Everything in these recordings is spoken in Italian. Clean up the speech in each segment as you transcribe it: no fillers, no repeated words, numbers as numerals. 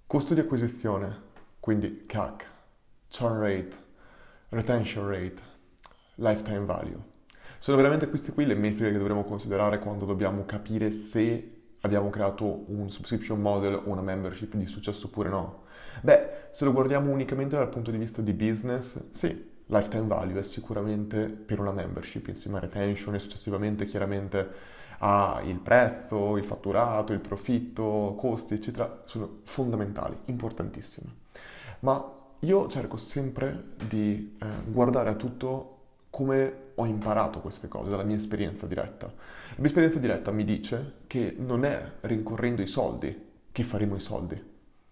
Costo di acquisizione, quindi CAC, churn rate, retention rate, lifetime value. Sono veramente queste qui le metriche che dovremo considerare quando dobbiamo capire se abbiamo creato un subscription model o una membership di successo oppure no. Beh, se lo guardiamo unicamente dal punto di vista di business, sì, lifetime value è sicuramente per una membership, insieme a retention e successivamente chiaramente a il prezzo, il fatturato, il profitto, costi, eccetera, sono fondamentali, importantissimi. Ma io cerco sempre di guardare a tutto come ho imparato queste cose, dalla mia esperienza diretta. La mia esperienza diretta mi dice che non è rincorrendo i soldi che faremo i soldi.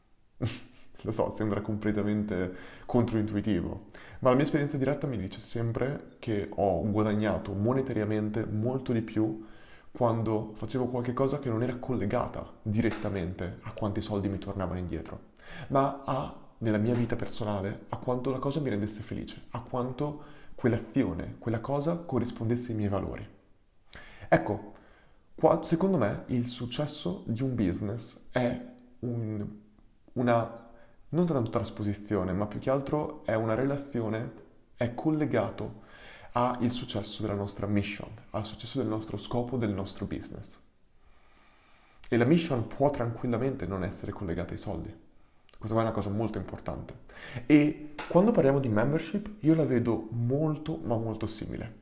Lo so, sembra completamente controintuitivo, ma la mia esperienza diretta mi dice sempre che ho guadagnato monetariamente molto di più quando facevo qualche cosa che non era collegata direttamente a quanti soldi mi tornavano indietro, ma nella mia vita personale, a quanto la cosa mi rendesse felice, a quanto quell'azione, quella cosa corrispondesse ai miei valori. Ecco, qua, secondo me il successo di un business è una, non tanto trasposizione, ma più che altro è una relazione, è collegato al successo della nostra mission, al successo del nostro scopo, del nostro business. E la mission può tranquillamente non essere collegata ai soldi. Questa è una cosa molto importante. E quando parliamo di membership, io la vedo molto, ma molto simile.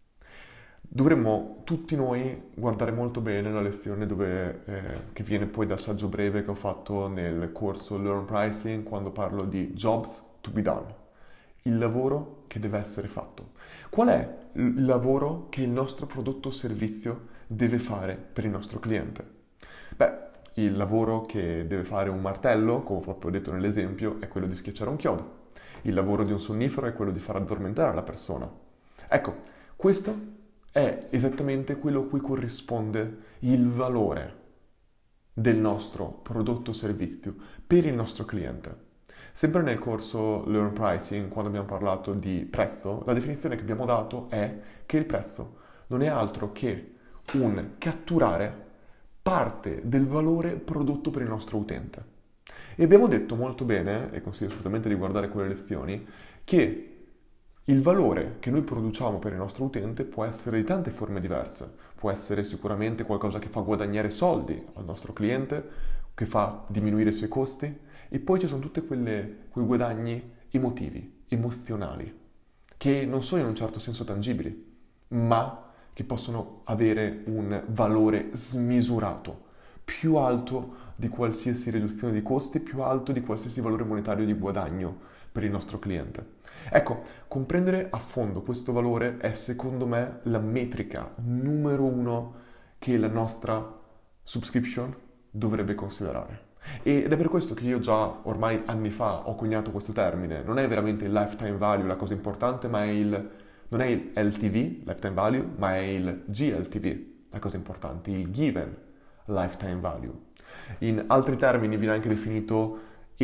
Dovremmo tutti noi guardare molto bene la lezione che viene poi dal saggio breve che ho fatto nel corso Learn Pricing quando parlo di jobs to be done, il lavoro che deve essere fatto. Qual è il lavoro che il nostro prodotto o servizio deve fare per il nostro cliente? Beh, il lavoro che deve fare un martello, come ho proprio detto nell'esempio, è quello di schiacciare un chiodo. Il lavoro di un sonnifero è quello di far addormentare la persona. Ecco, questo è esattamente quello a cui corrisponde il valore del nostro prodotto o servizio per il nostro cliente. Sempre nel corso Learn Pricing, quando abbiamo parlato di prezzo, la definizione che abbiamo dato è che il prezzo non è altro che un catturare parte del valore prodotto per il nostro utente. E abbiamo detto molto bene, e consiglio assolutamente di guardare quelle lezioni, che il valore che noi produciamo per il nostro utente può essere di tante forme diverse. Può essere sicuramente qualcosa che fa guadagnare soldi al nostro cliente, che fa diminuire i suoi costi, e poi ci sono tutti quei guadagni emotivi, emozionali, che non sono in un certo senso tangibili, ma che possono avere un valore smisurato, più alto di qualsiasi riduzione di costi, più alto di qualsiasi valore monetario di guadagno per il nostro cliente. Ecco, comprendere a fondo questo valore è secondo me la metrica numero uno che la nostra subscription dovrebbe considerare. Ed è per questo che io già ormai anni fa ho coniato questo termine. Non è veramente il lifetime value la cosa importante, ma non è il LTV, lifetime value, ma è il GLTV, la cosa importante, il given lifetime value. In altri termini viene anche definito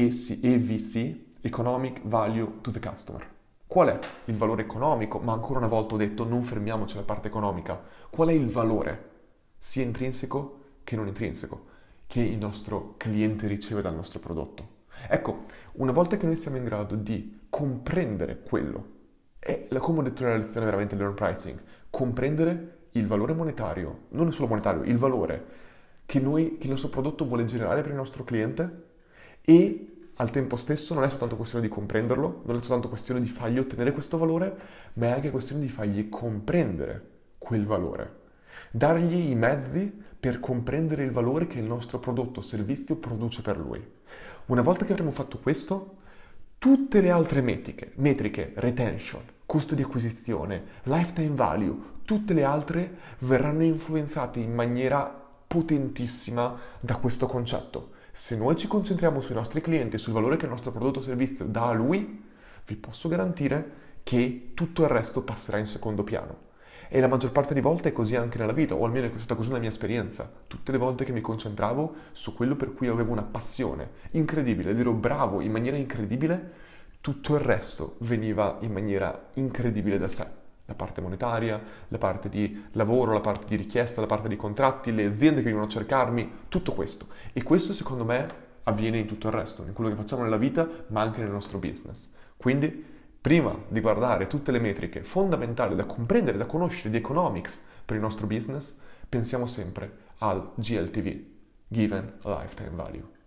EVC, Economic Value to the Customer. Qual è il valore economico? Ma ancora una volta ho detto non fermiamoci alla parte economica. Qual è il valore, sia intrinseco che non intrinseco, che il nostro cliente riceve dal nostro prodotto? Ecco, una volta che noi siamo in grado di comprendere quello, e come ho detto nella lezione veramente Learn Pricing, comprendere il valore monetario, non solo monetario, il valore che il nostro prodotto vuole generare per il nostro cliente e al tempo stesso non è soltanto questione di comprenderlo, non è soltanto questione di fargli ottenere questo valore, ma è anche questione di fargli comprendere quel valore. Dargli i mezzi per comprendere il valore che il nostro prodotto o servizio produce per lui. Una volta che avremo fatto questo, tutte le altre metriche, retention, costo di acquisizione, lifetime value, tutte le altre verranno influenzate in maniera potentissima da questo concetto. Se noi ci concentriamo sui nostri clienti e sul valore che il nostro prodotto o servizio dà a lui, vi posso garantire che tutto il resto passerà in secondo piano. E la maggior parte delle volte è così anche nella vita, o almeno è stata così nella mia esperienza. Tutte le volte che mi concentravo su quello per cui avevo una passione incredibile ed ero bravo in maniera incredibile, tutto il resto veniva in maniera incredibile da sé. La parte monetaria, la parte di lavoro, la parte di richiesta, la parte di contratti, le aziende che venivano a cercarmi, tutto questo. E questo secondo me avviene in tutto il resto, in quello che facciamo nella vita, ma anche nel nostro business. Quindi, prima di guardare tutte le metriche fondamentali da comprendere, da conoscere di economics per il nostro business, pensiamo sempre al GLTV, Given Lifetime Value.